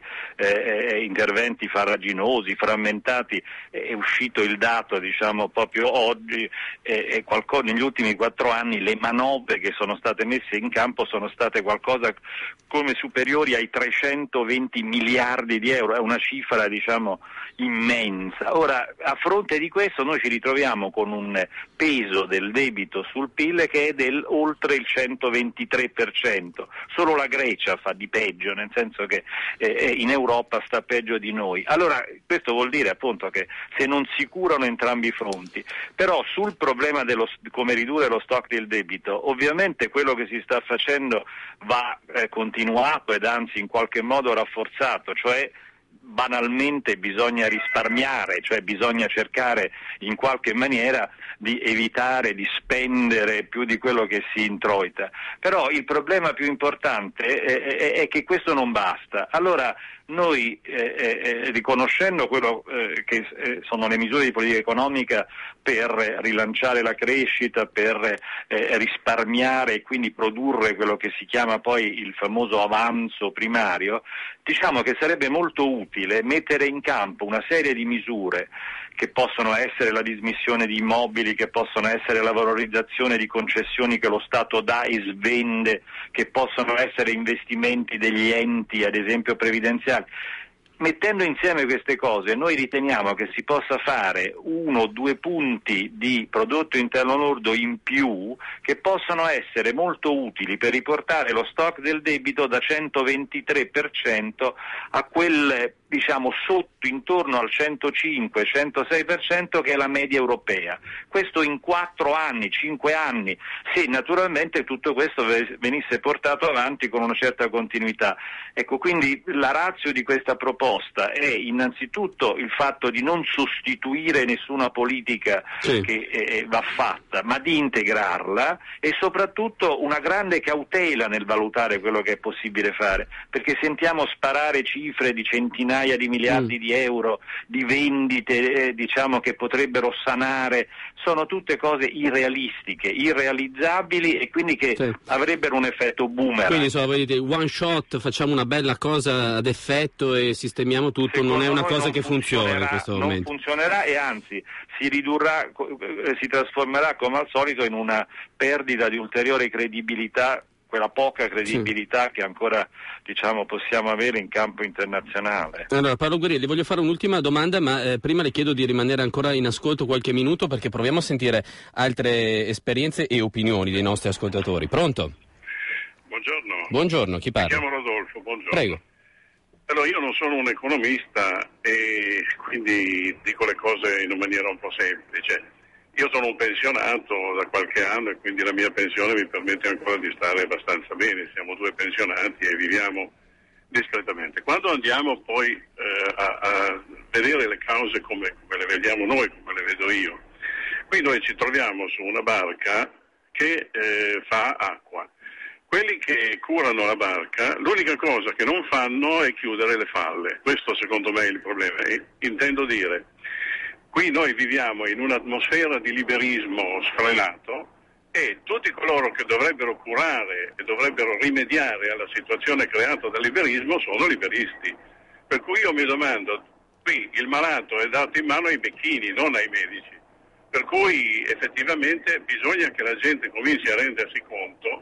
eh, interventi farraginosi, frammentati, eh, è uscito il dato diciamo proprio oggi, eh, eh, qualcosa, negli ultimi quattro anni le manovre che sono state messe in campo sono state qualcosa come superiori ai trecentoventi miliardi di euro, è una cifra diciamo immensa. Ora, a fronte di questo noi ci ritroviamo con un peso del debito sul P I L che è del oltre il centoventitré per cento, solo la Grecia fa di peggio, nel senso che eh, in Europa sta peggio di noi. Allora questo vuol dire appunto che se non si curano entrambi i fronti, però sul problema dello come ridurre lo stock del debito, ovviamente quello che si sta facendo va eh, continuato ed anzi in qualche modo rafforzato, cioè banalmente bisogna risparmiare, cioè bisogna cercare in qualche maniera di evitare di spendere più di quello che si introita. Però il problema più importante è, è, è che questo non basta. Allora noi eh, eh, riconoscendo quello eh, che eh, sono le misure di politica economica per rilanciare la crescita, per eh, risparmiare e quindi produrre quello che si chiama poi il famoso avanzo primario, diciamo che sarebbe molto utile mettere in campo una serie di misure che possono essere la dismissione di immobili, che possono essere la valorizzazione di concessioni che lo Stato dà e svende, che possono essere investimenti degli enti, ad esempio previdenziali. Mettendo insieme queste cose noi riteniamo che si possa fare uno o due punti di prodotto interno lordo in più che possono essere molto utili per riportare lo stock del debito da centoventitré per cento a quel diciamo sotto, intorno al centocinque centosei per cento che è la media europea. Questo in quattro anni, cinque anni, se naturalmente tutto questo venisse portato avanti con una certa continuità. Ecco, quindi la ratio di questa proposta è innanzitutto il fatto di non sostituire nessuna politica sì. che eh, va fatta, ma di integrarla, e soprattutto una grande cautela nel valutare quello che è possibile fare, perché sentiamo sparare cifre di centinaia di miliardi mm. di euro di vendite eh, diciamo che potrebbero sanare, sono tutte cose irrealistiche, irrealizzabili e quindi che sì. avrebbero un effetto boomerang. Quindi insomma, voi dite one shot, facciamo una bella cosa ad effetto e sistemiamo tutto. Secondo non è una cosa che funziona in questo momento. Non funzionerà e anzi si ridurrà, si trasformerà come al solito in una perdita di ulteriore credibilità, quella poca credibilità sì. che ancora diciamo possiamo avere in campo internazionale. Allora Paolo Guerrieri, le voglio fare un'ultima domanda, ma eh, prima le chiedo di rimanere ancora in ascolto qualche minuto perché proviamo a sentire altre esperienze e opinioni dei nostri ascoltatori. Pronto? Buongiorno. Buongiorno, chi parla? Mi chiamo Rodolfo, buongiorno. Prego. Allora, io non sono un economista e quindi dico le cose in una maniera un po' semplice. Io sono un pensionato da qualche anno e quindi la mia pensione mi permette ancora di stare abbastanza bene, siamo due pensionati e viviamo discretamente. Quando andiamo poi eh, a, a vedere le cause come, come le vediamo noi, come le vedo io, qui noi ci troviamo su una barca che eh, fa acqua. Quelli che curano la barca, l'unica cosa che non fanno è chiudere le falle. Questo secondo me è il problema. E intendo dire, qui noi viviamo in un'atmosfera di liberismo sfrenato e tutti coloro che dovrebbero curare e dovrebbero rimediare alla situazione creata dal liberismo sono liberisti. Per cui io mi domando, qui il malato è dato in mano ai becchini, non ai medici. Per cui effettivamente bisogna che la gente cominci a rendersi conto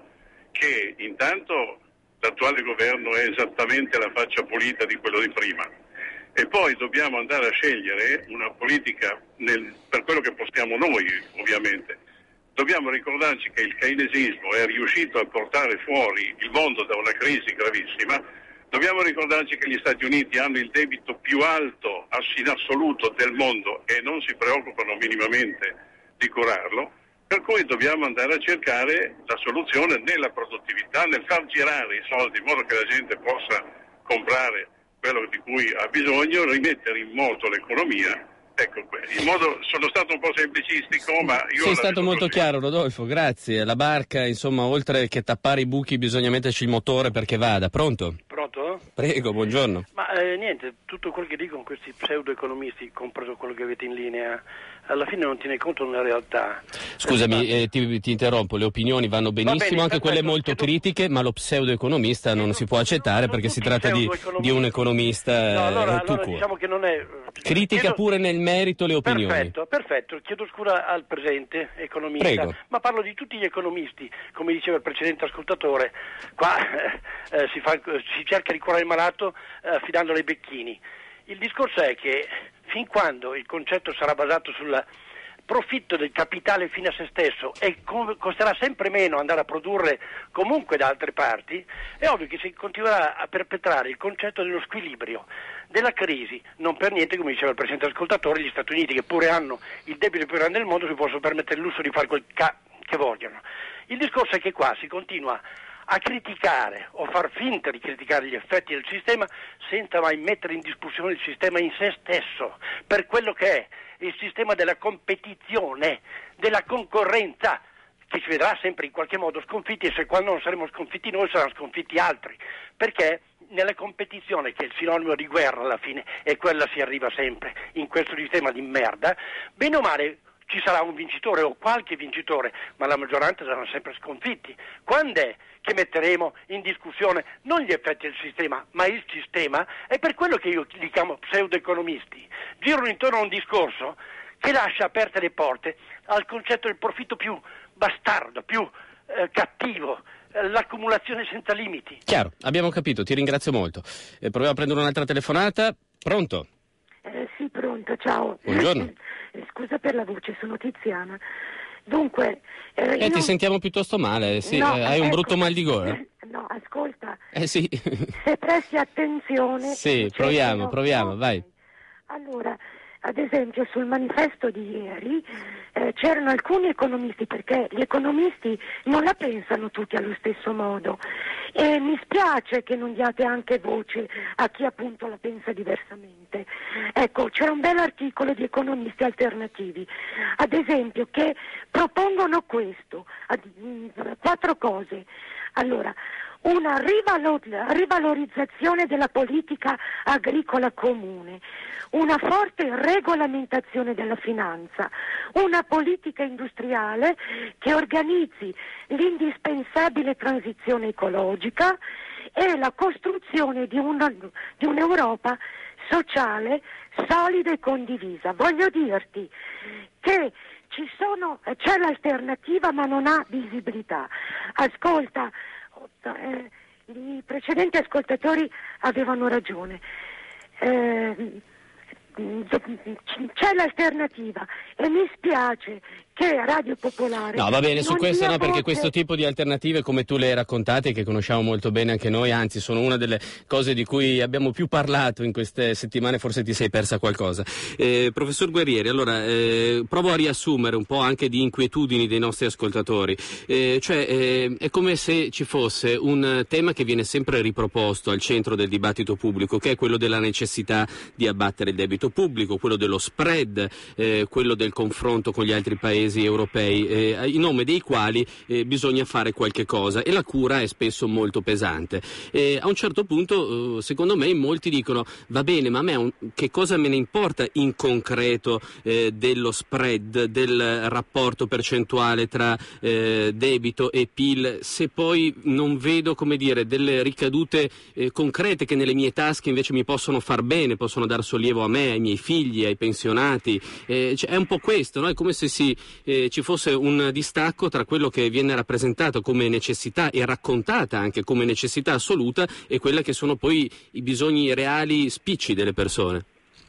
che intanto l'attuale governo è esattamente la faccia pulita di quello di prima, e poi dobbiamo andare a scegliere una politica nel, per quello che possiamo noi, ovviamente. Dobbiamo ricordarci che il keynesismo è riuscito a portare fuori il mondo da una crisi gravissima. Dobbiamo ricordarci che gli Stati Uniti hanno il debito più alto in assoluto del mondo e non si preoccupano minimamente di curarlo, per cui dobbiamo andare a cercare la soluzione nella produttività, nel far girare i soldi in modo che la gente possa comprare quello di cui ha bisogno, rimettere in moto l'economia. Ecco, in modo, sono stato un po' semplicistico, ma io... Sei stato molto così. Chiaro, Rodolfo, grazie. La barca, insomma, oltre che tappare i buchi bisogna metterci il motore perché vada. Pronto? Pronto? Prego, buongiorno. Ma eh, niente, tutto quello che dicono questi pseudo-economisti, compreso quello che avete in linea, alla fine non tiene conto della realtà. Scusami, eh, ti, ti interrompo, le opinioni vanno benissimo, Va bene, anche quelle molto chiedo... critiche, ma lo pseudo-economista non si può accettare perché si tratta di, di un economista no, allora, eh, allora diciamo che non è... Critica chiedo... pure nel merito le opinioni. Perfetto, perfetto, chiedo scusa al presente economista, Prego. Ma parlo di tutti gli economisti, come diceva il precedente ascoltatore, qua eh, si, fa, si cerca di curare il malato eh, affidandolo ai becchini. Il discorso è che fin quando il concetto sarà basato sul profitto del capitale fine a se stesso e costerà sempre meno andare a produrre comunque da altre parti, è ovvio che si continuerà a perpetrare il concetto dello squilibrio, della crisi. Non per niente, come diceva il precedente ascoltatore, gli Stati Uniti, che pure hanno il debito più grande del mondo, si possono permettere il lusso di fare quel ca- che vogliono. Il discorso è che qua si continua a criticare o far finta di criticare gli effetti del sistema senza mai mettere in discussione il sistema in se stesso, per quello che è il sistema della competizione, della concorrenza, che ci vedrà sempre in qualche modo sconfitti, e se quando non saremo sconfitti noi saranno sconfitti altri, perché nella competizione, che è il sinonimo di guerra alla fine, e quella si arriva sempre in questo sistema di merda, bene o male ci sarà un vincitore o qualche vincitore, ma la maggioranza saranno sempre sconfitti. Quando è che metteremo in discussione non gli effetti del sistema, ma il sistema? È per quello che io li chiamo pseudo-economisti. Girano intorno a un discorso che lascia aperte le porte al concetto del profitto più bastardo, più eh, cattivo, eh, l'accumulazione senza limiti. Chiaro, abbiamo capito, ti ringrazio molto. Eh, proviamo a prendere un'altra telefonata. Pronto? Eh, sì, pronto, ciao. Buongiorno. Scusa per la voce, sono Tiziana. Dunque... Eh, eh ti non... sentiamo piuttosto male, sì, no, eh, hai un ecco, brutto mal di gola? No, ascolta. Eh sì. Se presti attenzione... Sì, proviamo, proviamo, vai. Allora, ad esempio sul manifesto di ieri eh, c'erano alcuni economisti, perché gli economisti non la pensano tutti allo stesso modo, e mi spiace che non diate anche voce a chi appunto la pensa diversamente. Ecco, c'era un bel articolo di economisti alternativi, ad esempio, che propongono questo, ad, mh, quattro cose. Allora, una rivalor- rivalorizzazione della politica agricola comune, una forte regolamentazione della finanza, una politica industriale che organizzi l'indispensabile transizione ecologica e la costruzione di, una, di un'Europa sociale, solida e condivisa. Voglio dirti che ci sono, c'è l'alternativa ma non ha visibilità. Ascolta, eh, i precedenti ascoltatori avevano ragione. Eh, c'è l'alternativa e mi spiace che Radio Popolare no va bene su questo no, perché voce... questo tipo di alternative, come tu le hai raccontate, che conosciamo molto bene anche noi, anzi sono una delle cose di cui abbiamo più parlato in queste settimane, forse ti sei persa qualcosa. Eh, professor Guerrieri, allora eh, provo a riassumere un po' anche di inquietudini dei nostri ascoltatori, eh, cioè eh, è come se ci fosse un tema che viene sempre riproposto al centro del dibattito pubblico, che è quello della necessità di abbattere il debito pubblico, quello dello spread, eh, quello del confronto con gli altri paesi europei, eh, in nome dei quali eh, bisogna fare qualche cosa, e la cura è spesso molto pesante. Eh, a un certo punto, eh, secondo me, molti dicono va bene, ma a me un, che cosa me ne importa in concreto eh, dello spread, del rapporto percentuale tra eh, debito e P I L, se poi non vedo, come dire, delle ricadute eh, concrete che nelle mie tasche invece mi possono far bene, possono dar sollievo a me, me, ai miei figli, ai pensionati. Eh, cioè, è un po' questo, no? È come se si, eh, ci fosse un distacco tra quello che viene rappresentato come necessità e raccontata anche come necessità assoluta e quella che sono poi i bisogni reali spicci delle persone.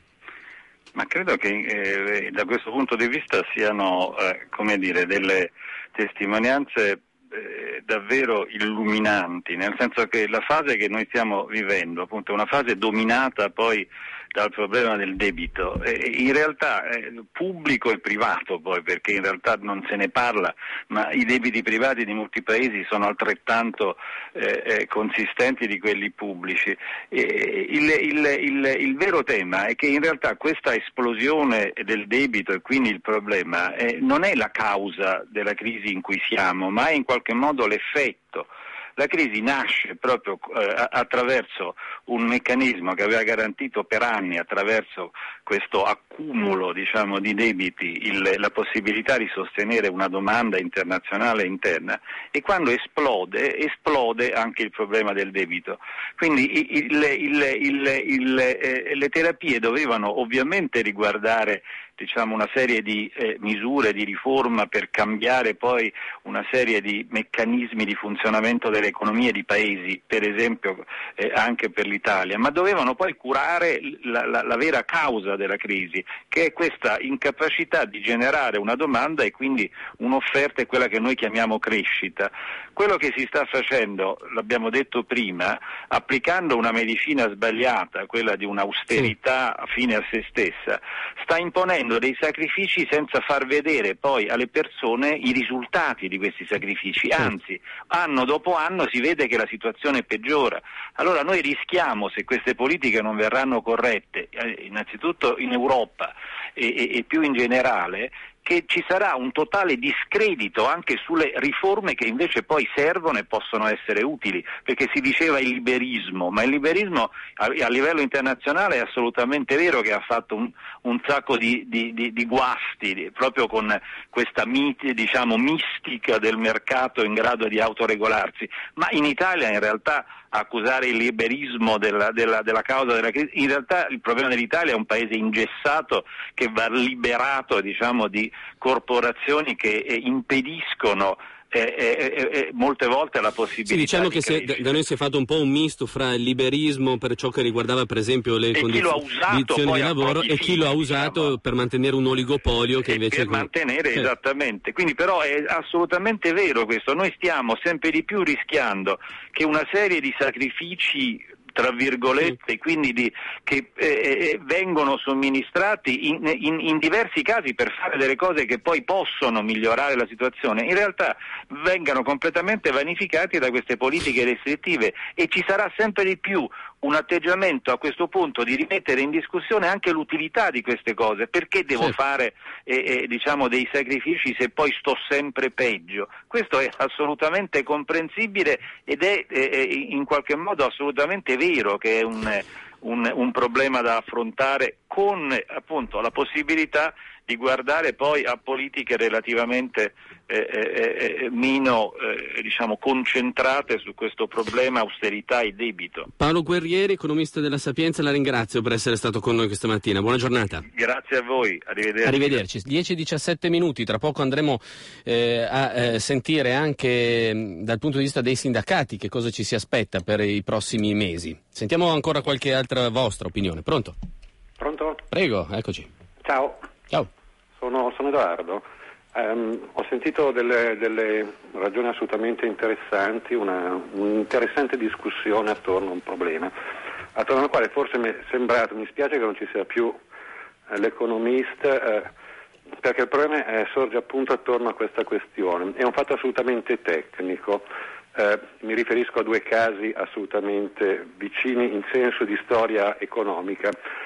Ma credo che eh, da questo punto di vista siano, eh, come dire, delle testimonianze eh, davvero illuminanti, nel senso che la fase che noi stiamo vivendo, appunto, è una fase dominata poi dal problema del debito, eh, in realtà eh, pubblico e privato poi, perché in realtà non se ne parla, ma i debiti privati di molti paesi sono altrettanto eh, eh, consistenti di quelli pubblici. Eh, il, il, il, il vero tema è che in realtà questa esplosione del debito e quindi il problema eh, non è la causa della crisi in cui siamo, ma è in qualche modo l'effetto. La crisi nasce proprio eh, attraverso un meccanismo che aveva garantito per anni, attraverso questo accumulo, diciamo, di debiti, il, la possibilità di sostenere una domanda internazionale e interna, e quando esplode, esplode anche il problema del debito. Quindi il, il, il, il, eh, le terapie dovevano ovviamente riguardare, diciamo, una serie di eh, misure di riforma per cambiare poi una serie di meccanismi di funzionamento delle economie di paesi, per esempio eh, anche per l'Italia, ma dovevano poi curare la, la, la vera causa della crisi, che è questa incapacità di generare una domanda e quindi un'offerta, è quella che noi chiamiamo crescita. Quello che si sta facendo, l'abbiamo detto prima, applicando una medicina sbagliata, quella di un'austerità fine a se stessa, sta imponendo dei sacrifici senza far vedere poi alle persone i risultati di questi sacrifici, anzi anno dopo anno si vede che la situazione peggiora. Allora noi rischiamo, se queste politiche non verranno corrette, eh, innanzitutto in Europa e, e, e più in generale, che ci sarà un totale discredito anche sulle riforme che invece poi servono e possono essere utili, perché si diceva il liberismo, ma il liberismo a, a livello internazionale è assolutamente vero che ha fatto un, un sacco di, di, di, di guasti, di, proprio con questa mit, diciamo, mistica del mercato in grado di autoregolarsi, ma in Italia in realtà accusare il liberismo della, della, della causa della crisi, in realtà il problema dell'Italia è un paese ingessato che va liberato, diciamo, di corporazioni che eh, impediscono eh, eh, eh, molte volte la possibilità. Sì, diciamo di che se, da noi si è fatto un po' un misto fra il liberismo per ciò che riguardava per esempio le condizioni di lavoro e chi lo ha usato diciamo, per mantenere un oligopolio che invece... Per mantenere, con... esattamente. Quindi però è assolutamente vero questo, noi stiamo sempre di più rischiando che una serie di sacrifici tra virgolette, quindi di, che eh, vengono somministrati in, in, in diversi casi per fare delle cose che poi possono migliorare la situazione, in realtà vengano completamente vanificati da queste politiche restrittive, e ci sarà sempre di più un atteggiamento a questo punto di rimettere in discussione anche l'utilità di queste cose. Perché devo sì. fare eh, eh, diciamo dei sacrifici se poi sto sempre peggio? Questo è assolutamente comprensibile ed è eh, in qualche modo assolutamente vero che è un, un, un problema da affrontare, con appunto la possibilità di guardare poi a politiche relativamente eh, eh, meno eh, diciamo concentrate su questo problema austerità e debito. Paolo Guerrieri, economista della Sapienza, la ringrazio per essere stato con noi questa mattina. Buona giornata. Grazie a voi, arrivederci. Arrivederci. dieci e diciassette minuti, tra poco andremo eh, a eh, sentire anche mh, dal punto di vista dei sindacati che cosa ci si aspetta per i prossimi mesi. Sentiamo ancora qualche altra vostra opinione. Pronto? Pronto? Prego, eccoci. Ciao. Ciao. Sono, sono Edoardo. Um, ho sentito delle, delle ragioni assolutamente interessanti, una un'interessante discussione attorno a un problema, attorno al quale forse mi è sembrato, mi spiace che non ci sia più eh, l'economista, eh, perché il problema è, sorge appunto attorno a questa questione. È un fatto assolutamente tecnico, eh, mi riferisco a due casi assolutamente vicini in senso di storia economica.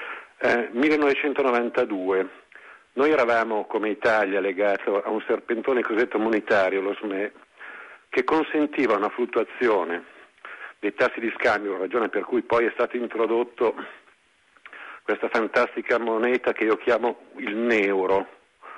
Eh, millenovecentonovantadue. Noi eravamo come Italia legato a un serpentone cosiddetto monetario, lo S M E, che consentiva una fluttuazione dei tassi di scambio, ragione per cui poi è stato introdotto questa fantastica moneta che io chiamo il neuro,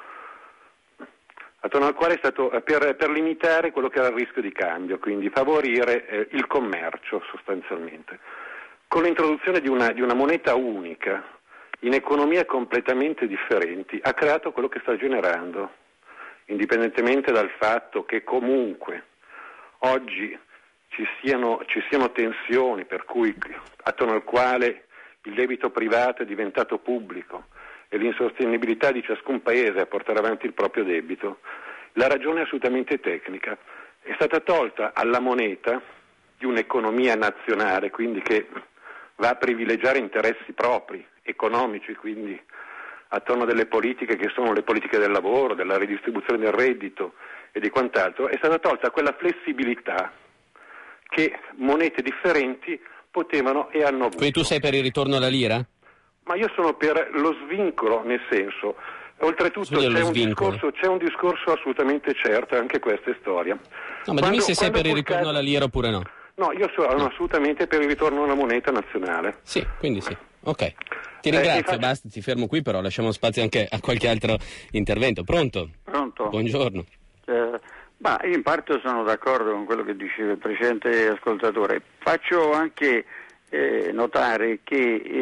attorno al quale è stato per, per limitare quello che era il rischio di cambio, quindi favorire eh, il commercio sostanzialmente. Con l'introduzione di una, di una moneta unica, in economie completamente differenti, ha creato quello che sta generando, indipendentemente dal fatto che comunque oggi ci siano, ci siano tensioni per cui attorno al quale il debito privato è diventato pubblico e l'insostenibilità di ciascun paese a portare avanti il proprio debito. La ragione è assolutamente tecnica. È stata tolta alla moneta di un'economia nazionale, quindi che va a privilegiare interessi propri, economici, quindi attorno a delle politiche che sono le politiche del lavoro, della ridistribuzione del reddito e di quant'altro, è stata tolta quella flessibilità che monete differenti potevano e hanno avuto. Quindi tu sei per il ritorno alla lira? Ma io sono per lo svincolo, nel senso, oltretutto c'è un, discorso, c'è un discorso assolutamente certo, anche questa è storia. No, ma quando, dimmi se sei per il Furcati... ritorno alla lira oppure no. No, io sono no. assolutamente per il ritorno alla moneta nazionale. Sì, quindi sì. Ok. Ti ringrazio, eh, faccio... basta, ti fermo qui, però lasciamo spazio anche a qualche altro intervento. Pronto? Pronto. Buongiorno. Eh, ma io in parte sono d'accordo con quello che diceva il precedente ascoltatore. Faccio anche eh, notare che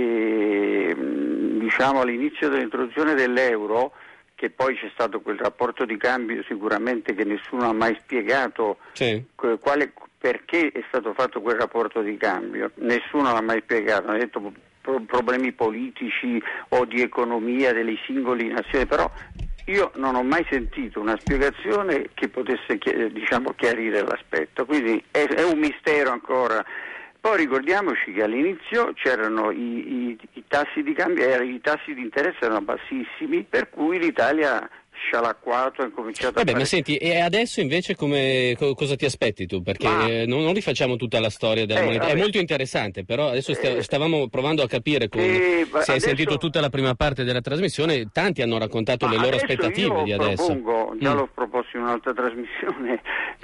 eh, diciamo all'inizio dell'introduzione dell'euro, che poi c'è stato quel rapporto di cambio sicuramente che nessuno ha mai spiegato, sì. quale, perché è stato fatto quel rapporto di cambio, nessuno l'ha mai spiegato, hanno detto pro- problemi politici o di economia delle singole nazioni, però io non ho mai sentito una spiegazione che potesse diciamo chiarire l'aspetto, quindi è, è un mistero ancora. Poi ricordiamoci che all'inizio c'erano i, i, i tassi di cambio, i tassi di interesse erano bassissimi, per cui l'Italia scialacquato ha cominciato Vabbè, a fare... ma senti, e adesso invece come, co- cosa ti aspetti tu? Perché ma... eh, non, non rifacciamo tutta la storia della eh, moneta, vabbè. è molto interessante, però adesso stia- eh, stavamo provando a capire con... eh, se hai adesso... sentito tutta la prima parte della trasmissione, tanti hanno raccontato ma le loro aspettative di adesso. Propongo, già mm. l'ho proposto in un'altra trasmissione,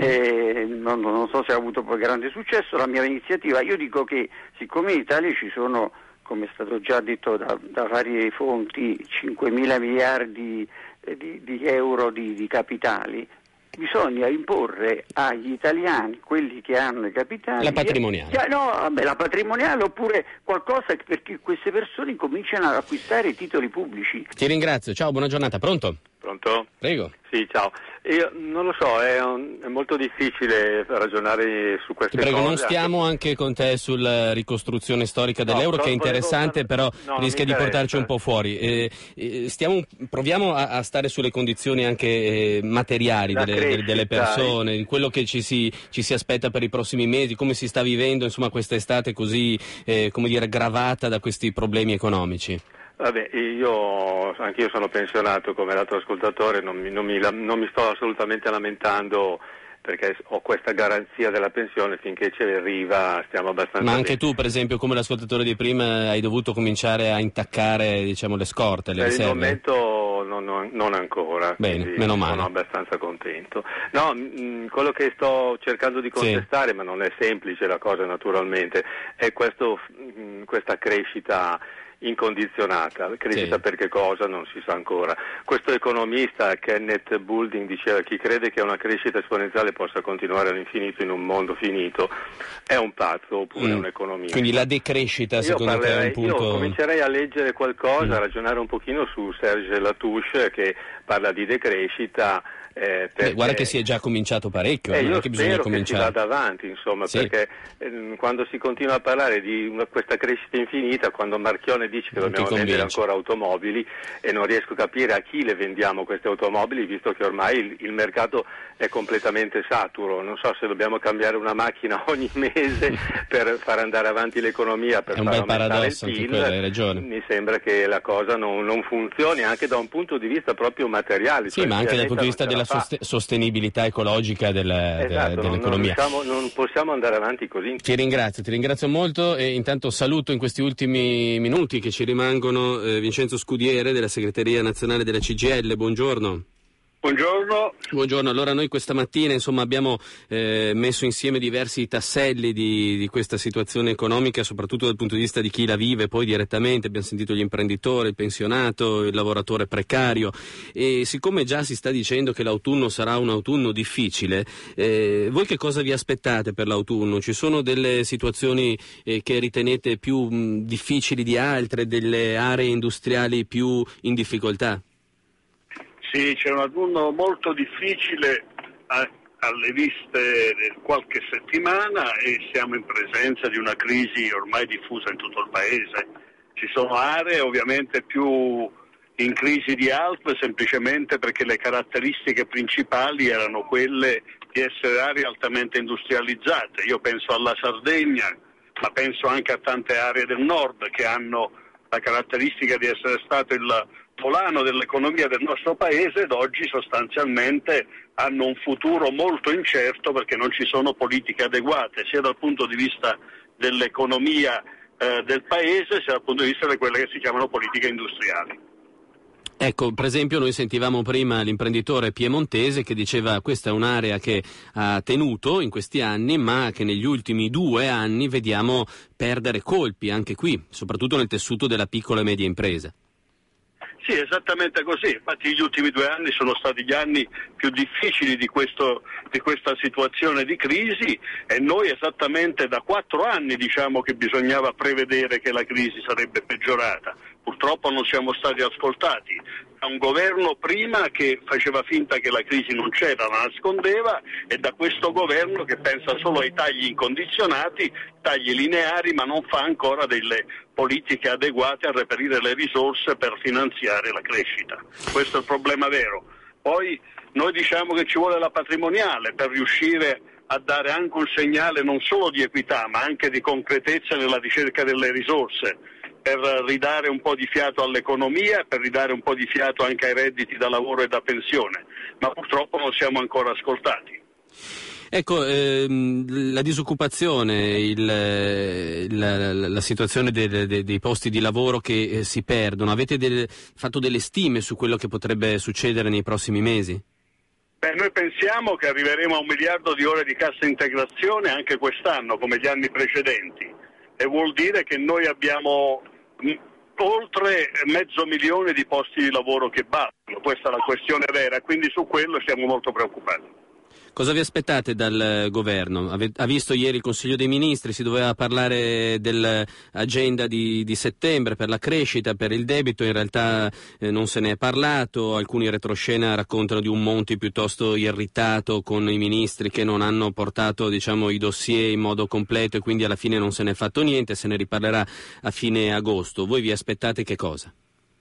eh, non, non so se ha avuto poi grande successo la mia iniziativa. Io dico che siccome in Italia ci sono, come è stato già detto da, da varie fonti, cinquemila miliardi Di, di euro di, di capitali, bisogna imporre agli italiani, quelli che hanno i capitali, la patrimoniale. Di, no, vabbè, la patrimoniale oppure qualcosa perché queste persone cominciano ad acquistare i titoli pubblici. Ti ringrazio, ciao, buona giornata. Pronto? Pronto? Prego. Sì, ciao. Io non lo so, è, un, è molto difficile ragionare su queste Ti prego, cose. non stiamo anche con te sulla ricostruzione storica dell'euro, no, che è interessante, volevo... però no, rischia di portarci un po' fuori. Eh, eh, stiamo, proviamo a, a stare sulle condizioni anche eh, materiali delle, crescita, delle persone, di quello che ci si, ci si aspetta per i prossimi mesi, come si sta vivendo insomma questa estate così eh, come dire, gravata da questi problemi economici. Vabbè, io anche io sono pensionato come l'altro ascoltatore, non mi, non mi, non mi sto assolutamente lamentando perché ho questa garanzia della pensione, finché ci arriva stiamo abbastanza Ma anche bene. tu, per esempio, come l'ascoltatore di prima, hai dovuto cominciare a intaccare, diciamo, le scorte, le per riserve? il momento non, non ancora. Bene, meno male. Sono abbastanza contento. No, mh, quello che sto cercando di contestare, sì. ma non è semplice la cosa naturalmente, è questo, mh, questa crescita incondizionata, crescita sì. per che cosa non si sa ancora. Questo economista Kenneth Boulding diceva: chi crede che una crescita esponenziale possa continuare all'infinito in un mondo finito è un pazzo oppure mm. un economista. Quindi la decrescita io secondo parlerei, te è un punto... Io comincerei a leggere qualcosa, mm. a ragionare un pochino su Serge Latouche che parla di decrescita. Eh, perché... Beh, guarda che si è già cominciato parecchio, eh, non io è che bisogna spero cominciare. che si vada avanti, insomma, sì. perché eh, quando si continua a parlare di una, questa crescita infinita, quando Marchione dice che non dobbiamo vendere ancora automobili, e non riesco a capire a chi le vendiamo queste automobili, visto che ormai il, il mercato è completamente saturo. Non so se dobbiamo cambiare una macchina ogni mese per far andare avanti l'economia, per è un far bel aumentare paradosso, il P I L. anche quello, hai ragione. Mi sembra che la cosa non, non funzioni anche da un punto di vista proprio materiale. Sì, cioè ma anche dal punto di vista della soste- sostenibilità ecologica del, esatto, de- dell'economia. Non, non, non possiamo andare avanti così. Ti ringrazio, ti ringrazio molto e intanto saluto in questi ultimi minuti che ci rimangono eh, Vincenzo Scudiere della segreteria nazionale della C G I L. Buongiorno. Buongiorno. Buongiorno, allora noi questa mattina insomma abbiamo eh, messo insieme diversi tasselli di, di questa situazione economica, soprattutto dal punto di vista di chi la vive poi direttamente. Abbiamo sentito gli imprenditori, il pensionato, il lavoratore precario, e siccome già si sta dicendo che l'autunno sarà un autunno difficile, eh, voi che cosa vi aspettate per l'autunno? Ci sono delle situazioni eh, che ritenete più mh, difficili di altre, delle aree industriali più in difficoltà? Sì, c'è un autunno molto difficile a, alle viste di qualche settimana e siamo in presenza di una crisi ormai diffusa in tutto il paese. Ci sono aree ovviamente più in crisi di altre semplicemente perché le caratteristiche principali erano quelle di essere aree altamente industrializzate. Io penso alla Sardegna, ma penso anche a tante aree del nord che hanno la caratteristica di essere stato il volano dell'economia del nostro paese ed oggi sostanzialmente hanno un futuro molto incerto perché non ci sono politiche adeguate sia dal punto di vista dell'economia eh, del paese sia dal punto di vista di quelle che si chiamano politiche industriali. Ecco, per esempio noi sentivamo prima l'imprenditore piemontese che diceva questa è un'area che ha tenuto in questi anni ma che negli ultimi due anni vediamo perdere colpi anche qui, soprattutto nel tessuto della piccola e media impresa. Sì, esattamente così. Infatti gli ultimi due anni sono stati gli anni più difficili di, questo, di questa situazione di crisi e noi esattamente da quattro anni diciamo che bisognava prevedere che la crisi sarebbe peggiorata. Purtroppo non siamo stati ascoltati da un governo prima che faceva finta che la crisi non c'era, la nascondeva, e da questo governo che pensa solo ai tagli incondizionati, tagli lineari, ma non fa ancora delle politiche adeguate a reperire le risorse per finanziare la crescita. Questo è il problema vero. Poi noi diciamo che ci vuole la patrimoniale per riuscire a dare anche un segnale non solo di equità ma anche di concretezza nella ricerca delle risorse, per ridare un po' di fiato all'economia e per ridare un po' di fiato anche ai redditi da lavoro e da pensione, ma purtroppo non siamo ancora ascoltati. Ecco, ehm, la disoccupazione, il, la, la, la situazione de, de, dei posti di lavoro che eh, si perdono, avete del, fatto delle stime su quello che potrebbe succedere nei prossimi mesi? Beh, noi pensiamo che arriveremo a un miliardo di ore di cassa integrazione anche quest'anno, come gli anni precedenti, e vuol dire che noi abbiamo oltre mezzo milione di posti di lavoro che bastano, questa è la questione vera, quindi su quello siamo molto preoccupati. Cosa vi aspettate dal governo? Ha visto ieri il Consiglio dei Ministri, si doveva parlare dell'agenda di, di settembre per la crescita, per il debito, in realtà eh, non se ne è parlato, alcuni retroscena raccontano di un Monti piuttosto irritato con i ministri che non hanno portato diciamo, i dossier in modo completo e quindi alla fine non se ne è fatto niente, se ne riparlerà a fine agosto. Voi vi aspettate che cosa?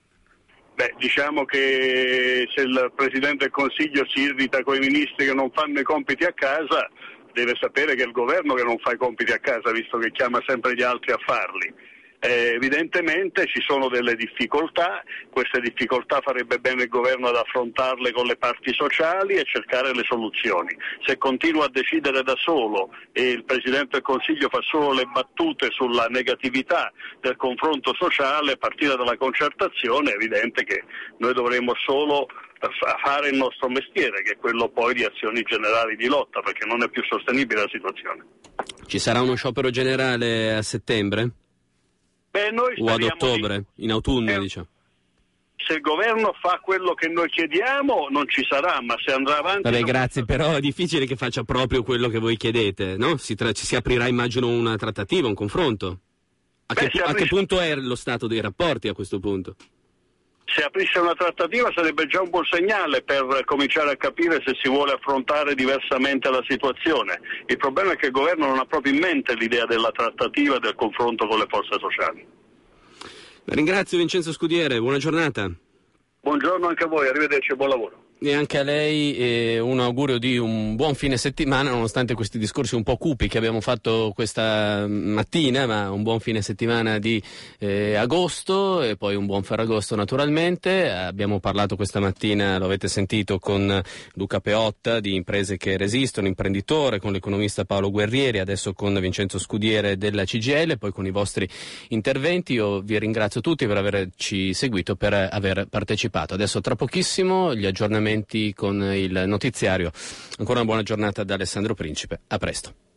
Beh, diciamo che se il Presidente del Consiglio si irrita con i ministri che non fanno i compiti a casa, deve sapere che è il governo che non fa i compiti a casa, visto che chiama sempre gli altri a farli. Eh, evidentemente ci sono delle difficoltà, queste difficoltà farebbe bene il governo ad affrontarle con le parti sociali e cercare le soluzioni. Se continua a decidere da solo e il Presidente del Consiglio fa solo le battute sulla negatività del confronto sociale a partire dalla concertazione, è evidente che noi dovremo solo fare il nostro mestiere, che è quello poi di azioni generali di lotta, perché non è più sostenibile la situazione. Ci sarà uno sciopero generale a settembre? Beh, noi o ad ottobre, di... in autunno eh, diciamo. Se il governo fa quello che noi chiediamo non ci sarà, ma se andrà avanti... Vabbè, grazie, però è difficile che faccia proprio quello che voi chiedete, no? Si, tra... si aprirà immagino una trattativa, un confronto. A, Beh, che... a che punto è lo stato dei rapporti a questo punto? Se aprisse una trattativa sarebbe già un buon segnale per cominciare a capire se si vuole affrontare diversamente la situazione. Il problema è che il governo non ha proprio in mente l'idea della trattativa e del confronto con le forze sociali. Ringrazio Vincenzo Scudiere, buona giornata. Buongiorno anche a voi, arrivederci e buon lavoro. E anche a lei eh, un augurio di un buon fine settimana, nonostante questi discorsi un po' cupi che abbiamo fatto questa mattina, ma un buon fine settimana di eh, agosto e poi un buon Ferragosto naturalmente. Abbiamo parlato questa mattina, lo avete sentito, con Luca Peotta di Imprese che Resistono, imprenditore, con l'economista Paolo Guerrieri, adesso con Vincenzo Scudiere della C G I L, poi con i vostri interventi. Io vi ringrazio tutti per averci seguito, per aver partecipato. Adesso tra pochissimo gli aggiornamenti appuntamenti con il notiziario. Ancora una buona giornata da Alessandro Principe, a presto.